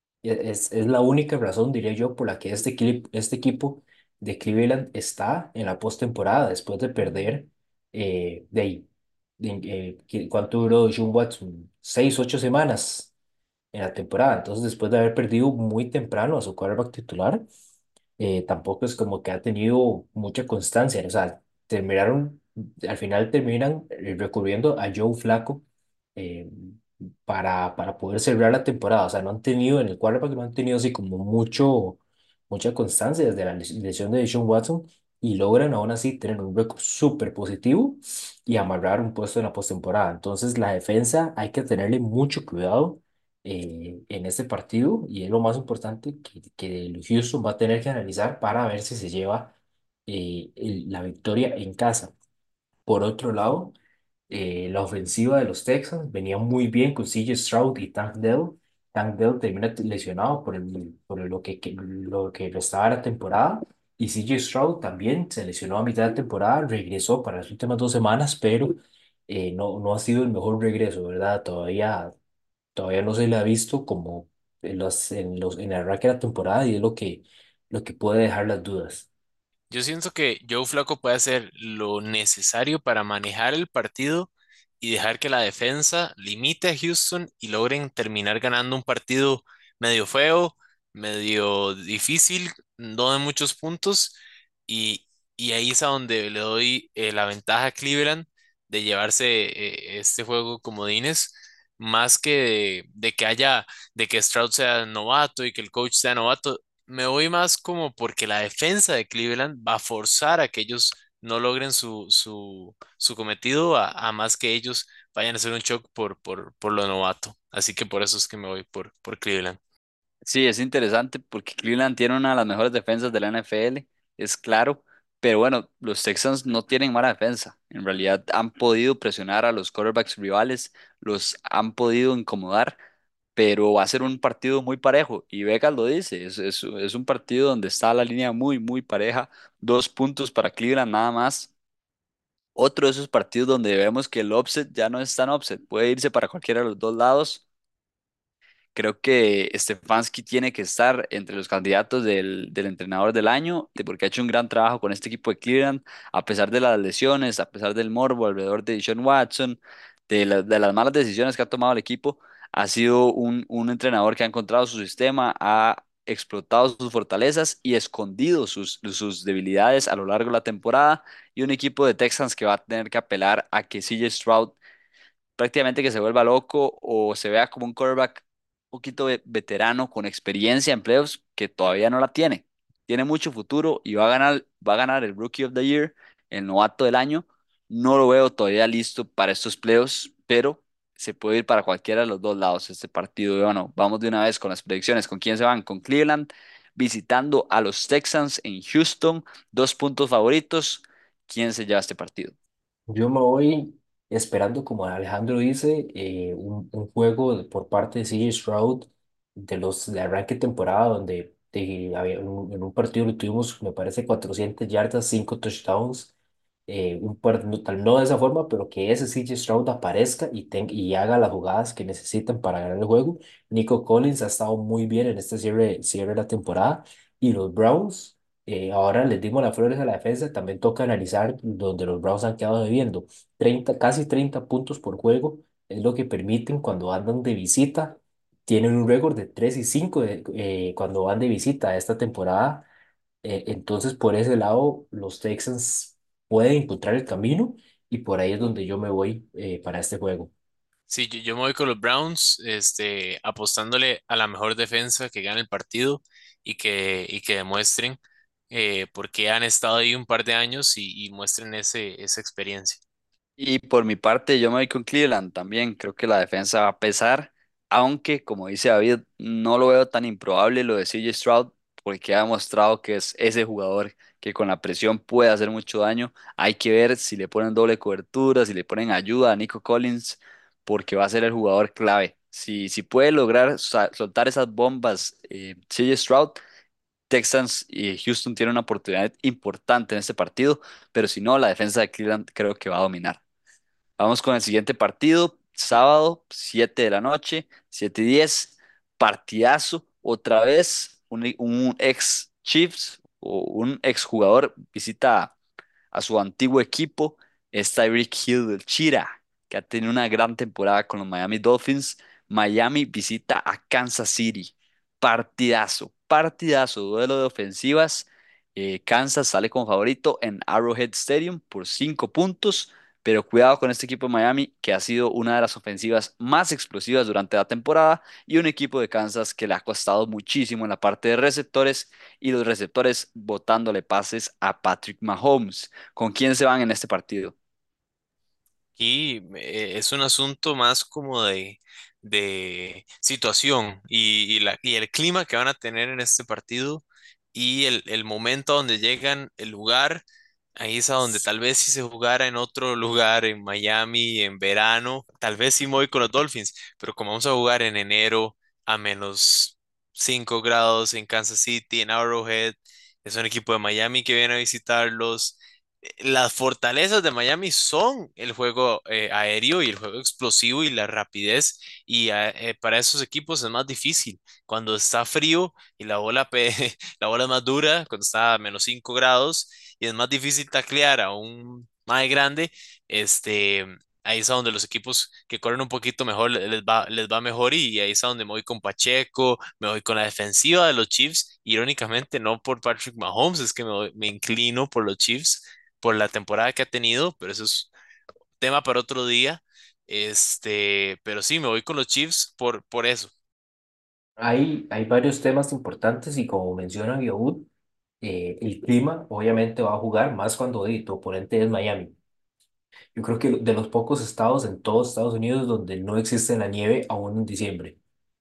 e- es, es la única razón, diría yo, por la que este, equi- este equipo de Cleveland está en la postemporada después de perder eh, de, ahí, de, eh, ¿qué- ¿cuánto duró Sean Watson? Seis, ocho semanas en la temporada. Entonces, después de haber perdido muy temprano a su quarterback titular, eh, tampoco es como que ha tenido mucha constancia. O sea, terminaron, al final terminan eh, recurriendo a Joe Flacco eh, para, para poder cerrar la temporada. O sea, no han tenido, en el quarterback no han tenido así como mucho, mucha constancia desde la les- lesión de Sean Watson, y logran aún así tener un récord súper positivo y amarrar un puesto en la postemporada. Entonces, la defensa hay que tenerle mucho cuidado eh, en este partido, y es lo más importante que, que el Houston va a tener que analizar para ver si se lleva eh, el- la victoria en casa. Por otro lado, eh, la ofensiva de los Texans venía muy bien con C J Stroud y Tank Dell. Tank Dell termina lesionado por, el, por lo que, que- lo que restaba de la temporada. Y C J Stroud también se lesionó a mitad de temporada, regresó para las últimas dos semanas, pero eh, no, no ha sido el mejor regreso, ¿verdad? Todavía todavía no se le ha visto como en los, en los, en el arranque de la temporada, y es lo que, lo que puede dejar las dudas. Yo siento que Joe Flacco puede hacer lo necesario para manejar el partido y dejar que la defensa limite a Houston y logren terminar ganando un partido medio feo, medio difícil, no de muchos puntos. Y, y ahí es a donde le doy eh, la ventaja a Cleveland de llevarse eh, este juego comodines. más que de, de que haya, de que Stroud sea novato y que el coach sea novato. Me voy más como porque la defensa de Cleveland va a forzar a que ellos no logren su, su, su cometido a, a más que ellos vayan a hacer un shock por, por, por lo novato. Así que por eso es que me voy por, por Cleveland. Sí, es interesante porque Cleveland tiene una de las mejores defensas de la N F L, es claro, pero bueno, los Texans no tienen mala defensa. En realidad han podido presionar a los quarterbacks rivales, los han podido incomodar, pero va a ser un partido muy parejo. Y Vegas lo dice, es, es, es un partido donde está la línea muy, muy pareja, dos puntos para Cleveland nada más. Otro de esos partidos donde vemos que el offset ya no es tan offset, puede irse para cualquiera de los dos lados. Creo que Stefanski tiene que estar entre los candidatos del, del entrenador del año, de- porque ha hecho un gran trabajo con este equipo de Cleveland, a pesar de las lesiones, a pesar del morbo alrededor de Deshaun Watson, de, la- de las malas decisiones que ha tomado el equipo. Ha sido un, un entrenador que ha encontrado su sistema, ha explotado sus fortalezas y escondido sus, sus debilidades a lo largo de la temporada. Y un equipo de Texans que va a tener que apelar a que C J Stroud prácticamente que se vuelva loco o se vea como un quarterback un poquito ve- veterano con experiencia en playoffs que todavía no la tiene. Tiene mucho futuro y va a ganar, va a ganar el Rookie of the Year, el novato del año. No lo veo todavía listo para estos playoffs, pero se puede ir para cualquiera de los dos lados este partido. Y bueno, vamos de una vez con las predicciones. ¿Con quién se van? Con Cleveland, visitando a los Texans en Houston, dos puntos favoritos. ¿Quién se lleva este partido? Yo me voy esperando, como Alejandro dice, eh, un, un juego de- por parte de C J Stroud de los de arranque de temporada, donde de- había un- en un partido lo tuvimos, me parece, cuatrocientas yardas, cinco touchdowns. Eh, un par- no, tal no de esa forma, pero que ese C J Stroud aparezca y, ten- y haga las jugadas que necesitan para ganar el juego. Nico Collins ha estado muy bien en este cierre, cierre de la temporada. Y los Browns. Eh, ahora les dimos las flores a la defensa, también toca analizar donde los Browns han quedado debiendo. Treinta casi treinta puntos por juego es lo que permiten cuando andan de visita. Tienen un récord de tres y cinco de- eh, cuando van de visita esta temporada. Eh, entonces, por ese lado, los Texans pueden encontrar el camino y por ahí es donde yo me voy eh, para este juego. Sí, yo, yo me voy con los Browns, este, apostándole a la mejor defensa que gane el partido y que, y que demuestren eh, por qué han estado ahí un par de años y, y muestren ese, esa experiencia. Y por mi parte, yo me voy con Cleveland también. Creo que la defensa va a pesar, aunque, como dice David, no lo veo tan improbable lo de C J Stroud, porque ha demostrado que es ese jugador que con la presión puede hacer mucho daño. Hay que ver si le ponen doble cobertura, si le ponen ayuda a Nico Collins, porque va a ser el jugador clave. Si, si puede lograr sa- soltar esas bombas, eh, C J Stroud, Texans y Houston tienen una oportunidad importante en este partido, pero si no, la defensa de Cleveland creo que va a dominar. Vamos con el siguiente partido, sábado, siete de la noche, siete y diez, partidazo, otra vez, un, un ex Chiefs o un ex jugador visita a su antiguo equipo, es Tyreek Hill del Chira, que ha tenido una gran temporada con los Miami Dolphins. Miami visita a Kansas City. Partidazo, partidazo, duelo de ofensivas. Eh, Kansas sale como favorito en Arrowhead Stadium por cinco puntos, pero cuidado con este equipo de Miami, que ha sido una de las ofensivas más explosivas durante la temporada y un equipo de Kansas que le ha costado muchísimo en la parte de receptores y los receptores botándole pases a Patrick Mahomes. ¿Con quién se van en este partido? Y eh, es un asunto más como de, de situación y, y la, y el clima que van a tener en este partido y el, el momento a donde llegan, el lugar, ahí es a donde tal vez si se jugara en otro lugar, en Miami, en verano, tal vez sí me voy con los Dolphins, pero como vamos a jugar en enero a menos cinco grados en Kansas City, en Arrowhead, es un equipo de Miami que viene a visitarlos. Las fortalezas de Miami son el juego eh, aéreo y el juego explosivo y la rapidez. Y ah, eh, para esos equipos es más difícil. Cuando está frío y la bola, pe- la bola es más dura, cuando está a menos cinco grados y es más difícil taclear a un más grande, este, ahí es a donde los equipos que corren un poquito mejor le- les va, les va mejor. Y ahí es a donde me voy con Pacheco, me voy con la defensiva de los Chiefs. Irónicamente, no por Patrick Mahomes, es que me, voy- me inclino por los Chiefs por la temporada que ha tenido, pero eso es tema para otro día. Este, pero sí, me voy con los Chiefs por, por eso. Hay, hay varios temas importantes y como menciona Youd, eh, el clima obviamente va a jugar más cuando eh, tu oponente es Miami. Yo creo que de los pocos estados en todos Estados Unidos donde no existe la nieve aún en diciembre.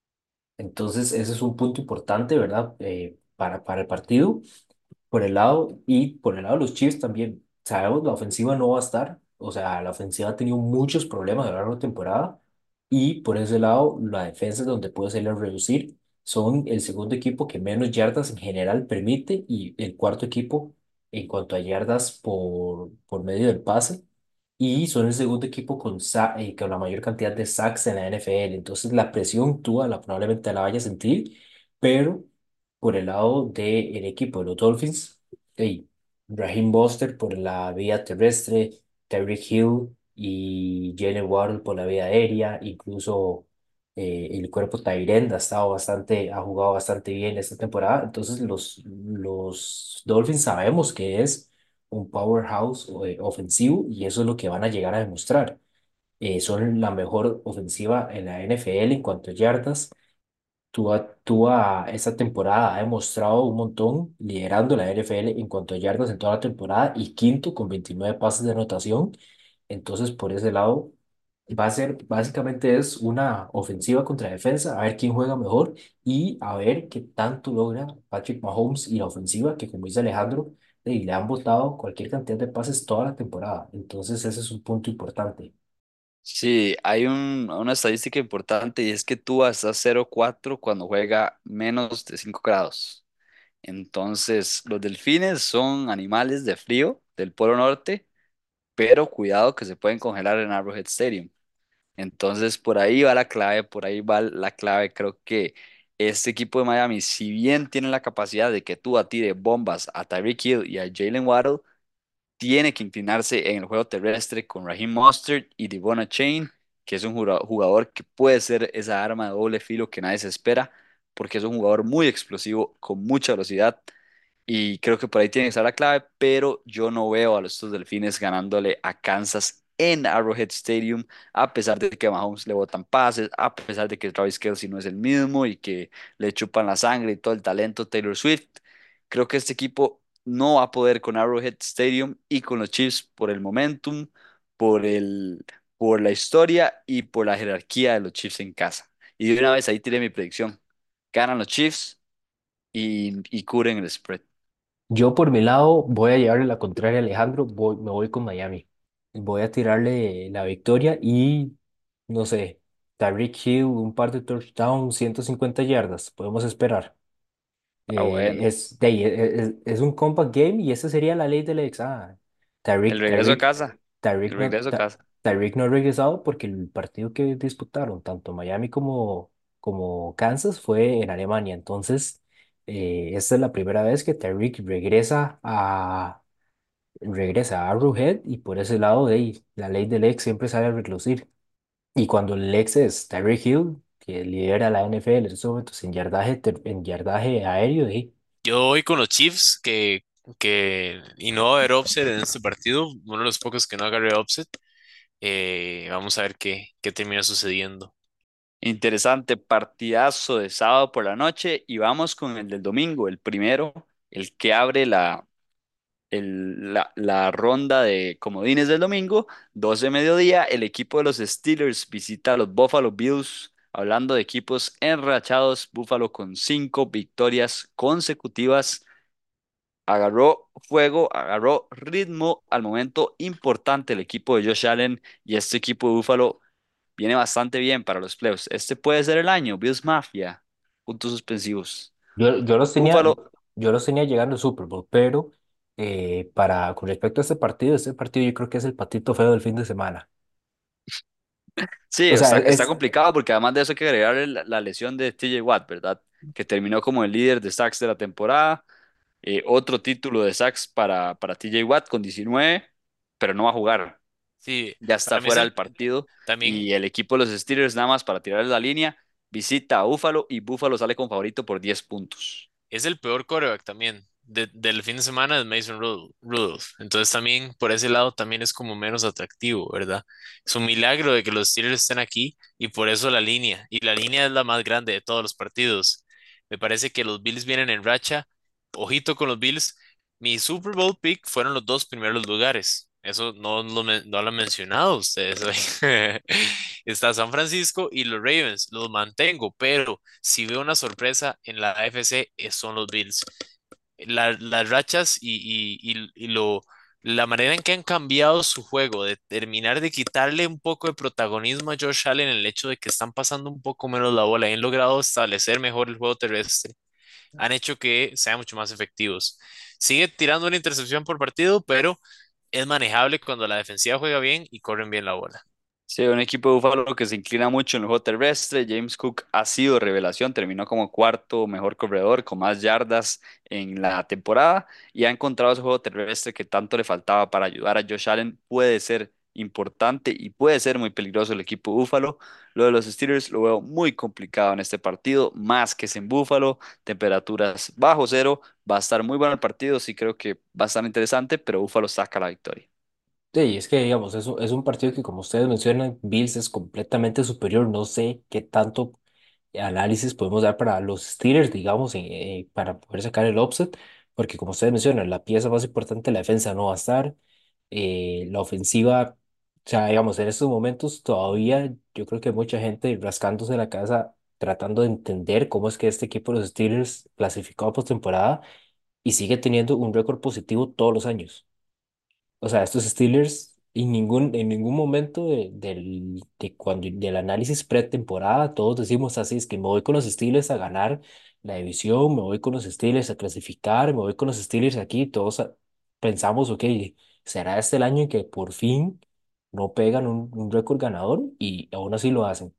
Entonces, ese es un punto importante, ¿verdad? Eh, para, para el partido. Por el lado, y por el lado de los Chiefs también, sabemos la ofensiva no va a estar, o sea, la ofensiva ha tenido muchos problemas a lo largo de la temporada, y por ese lado, la defensa es donde puede hacerle reducir. Son el segundo equipo que menos yardas en general permite y el cuarto equipo en cuanto a yardas por, por medio del pase. Y son el segundo equipo con, sa- eh, con la mayor cantidad de sacks en la N F L. Entonces la presión tú la, probablemente la vaya a sentir, pero por el lado del equipo de los Dolphins, hey, Raheem Buster por la vía terrestre, Tyreek Hill y Jalen Waddle por la vía aérea, incluso eh, el cuerpo Tyrend ha estado bastante, ha jugado bastante bien esta temporada. Entonces los, los Dolphins sabemos que es un powerhouse eh, ofensivo y eso es lo que van a llegar a demostrar. Eh, son la mejor ofensiva en la N F L en cuanto a yardas. Tua, Tua esta temporada ha demostrado un montón, liderando la N F L en cuanto a yardas en toda la temporada y quinto con veintinueve pases de anotación. Entonces, por ese lado, va a ser, básicamente es una ofensiva contra defensa, a ver quién juega mejor y a ver qué tanto logra Patrick Mahomes y la ofensiva, que como dice Alejandro, eh, le han botado cualquier cantidad de pases toda la temporada. Entonces, ese es un punto importante. Sí, hay un- una estadística importante y es que tú está cero cuatro cuando juega menos de cinco grados. Entonces, los delfines son animales de frío del Polo Norte, pero cuidado que se pueden congelar en Arrowhead Stadium. Entonces, por ahí va la clave, por ahí va la clave. Creo que este equipo de Miami, si bien tiene la capacidad de que tú tire bombas a Tyreek Hill y a Jalen Waddle, tiene que inclinarse en el juego terrestre con Raheem Mostert y Devon Chain, que es un jura- jugador que puede ser esa arma de doble filo que nadie se espera, porque es un jugador muy explosivo, con mucha velocidad y creo que por ahí tiene que estar la clave, pero yo no veo a los estos Delfines ganándole a Kansas en Arrowhead Stadium, a pesar de que a Mahomes le botan pases, a pesar de que Travis Kelce no es el mismo y que le chupan la sangre y todo el talento Taylor Swift. Creo que este equipo no va a poder con Arrowhead Stadium y con los Chiefs por el momentum, por el, por la historia y por la jerarquía de los Chiefs en casa. Y de una vez ahí tiré mi predicción. Ganan los Chiefs y, y cubren el spread. Yo por mi lado voy a llevarle la contraria a Alejandro, voy, me voy con Miami. Voy a tirarle la victoria y, no sé, Tyreek Hill, un par de touchdowns, ciento cincuenta yardas, podemos esperar. Ah, Eh, bueno. es, de ahí, e- es, es un compact game y esa sería la ley de la ex. Ah, El Tyreek, regreso a Tyreek, casa. Tyreek El no, regreso a Ta- casa. Tyreek no ha regresado porque el partido que disputaron, tanto Miami como, como Kansas, fue en Alemania. Entonces, eh, esta es la primera vez que Tyreek regresa a, regresa a Arrowhead y por ese lado de ahí, la ley del ex siempre sale a relucir. Y cuando el ex es Tyreek Hill, que lidera la N F L en estos momentos en yardaje, ter- en yardaje aéreo, de ahí, Yo voy con los Chiefs, que, que y no va a haber offset en este partido, uno de los pocos que no agarre offset. Eh, vamos a ver qué, qué termina sucediendo. Interesante partidazo de sábado por la noche y vamos con el del domingo, el primero, el que abre la, el- la, la ronda de comodines del domingo, doce de mediodía, el equipo de los Steelers visita a los Buffalo Bills. Hablando de equipos enrachados, Buffalo con cinco victorias consecutivas agarró fuego, agarró ritmo al momento importante el equipo de Josh Allen y este equipo de Buffalo viene bastante bien para los playoffs. Este puede ser el año, Bills Mafia, puntos suspensivos. yo, yo los tenía, Buffalo, yo los tenía llegando al Super Bowl, pero eh, para, con respecto a este partido, este partido yo creo que es el patito feo del fin de semana. sí, O sea, está, está es, complicado porque además de eso hay que agregarle la, la lesión de T J Watt, ¿verdad? Que terminó como el líder de sacks de la temporada. Eh, otro título de sacks para, para T J Watt con diecinueve, pero no va a jugar. Sí, Ya está para mí es fuera el, del partido también y el equipo de los Steelers nada más para tirarles la línea visita a Buffalo y Buffalo sale con favorito por diez puntos. es el peor quarterback también de- del fin de semana es Mason Rudolph. Rudolph. Entonces también por ese lado también es como menos atractivo, ¿verdad? Es un milagro de que los Steelers estén aquí y por eso la línea. Y la línea es la más grande de todos los partidos. Me parece que los Bills vienen en racha. Ojito con los Bills. Mi Super Bowl pick fueron los dos primeros lugares. Eso no lo, men- no lo han mencionado ustedes hoy. Está San Francisco y los Ravens. Los mantengo, pero si veo una sorpresa en la A F C, eh, son los Bills. La- las rachas y, y- y- y lo, la manera en que han cambiado su juego, de terminar de quitarle un poco de protagonismo a Josh Allen, el hecho de que están pasando un poco menos la bola y han logrado establecer mejor el juego terrestre, han hecho que sean mucho más efectivos. Sigue tirando una intercepción por partido, pero es manejable cuando la defensiva juega bien y corren bien la bola. Sí, un equipo de Búfalo que se inclina mucho en el juego terrestre. James Cook ha sido revelación, terminó como cuarto mejor corredor con más yardas en la temporada y ha encontrado ese juego terrestre que tanto le faltaba para ayudar a Josh Allen. Puede ser importante y puede ser muy peligroso el equipo de Búfalo. Lo de los Steelers lo veo muy complicado en este partido, más que es en Búfalo, temperaturas bajo cero. Va a estar muy bueno el partido, sí creo que va a estar interesante, pero Búfalo saca la victoria. Sí, es que, digamos, es un, es un partido que, como ustedes mencionan, Bills es completamente superior. No sé qué tanto análisis podemos dar para los Steelers, digamos, en- eh, para poder sacar el offset, porque como ustedes mencionan, la pieza más importante, la defensa no va a estar. Eh, la ofensiva, o sea, digamos, en estos momentos todavía yo creo que hay mucha gente rascándose la cabeza tratando de entender cómo es que este equipo de los Steelers clasificó a postemporada y sigue teniendo un récord positivo todos los años. O sea, estos Steelers en ningún, en ningún momento de, del, de cuando, del análisis pretemporada, todos decimos así, es que me voy con los Steelers a ganar la división, me voy con los Steelers a clasificar, me voy con los Steelers aquí, todos a- pensamos, ok, será este el año en que por fin no pegan un, un récord ganador y aún así lo hacen.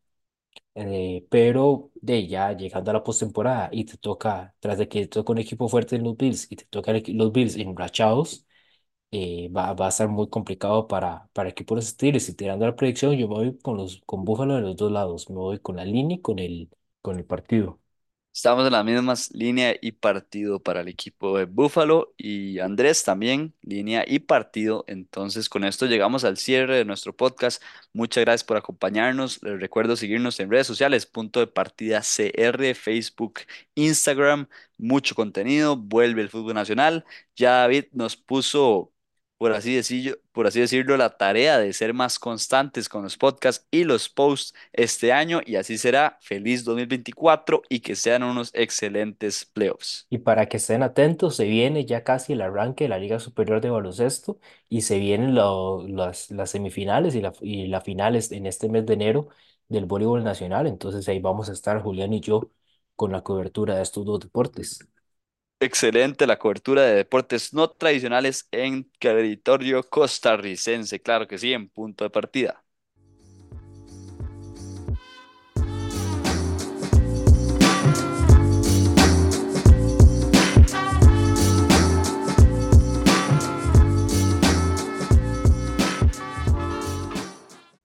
Eh, pero de ya llegando a la postemporada y te toca, tras de que te toca un equipo fuerte en los Bills y te tocan los Bills enrachados, eh, va, va a estar muy complicado para, para el equipo de los Steelers. Y tirando la predicción, yo me voy con los con Buffalo de los dos lados. Me voy con la línea y con el, con el partido. Estamos en las mismas línea y partido para el equipo de Buffalo y Andrés también, línea y partido. Entonces, con esto llegamos al cierre de nuestro podcast. Muchas gracias por acompañarnos. Les recuerdo seguirnos en redes sociales, punto de partida C R, Facebook, Instagram, mucho contenido. Vuelve el fútbol nacional. Ya David nos puso, por así decirlo, por así decirlo, la tarea de ser más constantes con los podcasts y los posts este año y así será. Feliz dos mil veinticuatro y que sean unos excelentes playoffs. Y para que estén atentos, se viene ya casi el arranque de la Liga Superior de Baloncesto y se vienen lo- las, las semifinales y la, y la finales en este mes de enero del voleibol nacional. Entonces ahí vamos a estar Julián y yo con la cobertura de estos dos deportes. Excelente la cobertura de deportes no tradicionales en territorio costarricense, claro que sí, en punto de partida.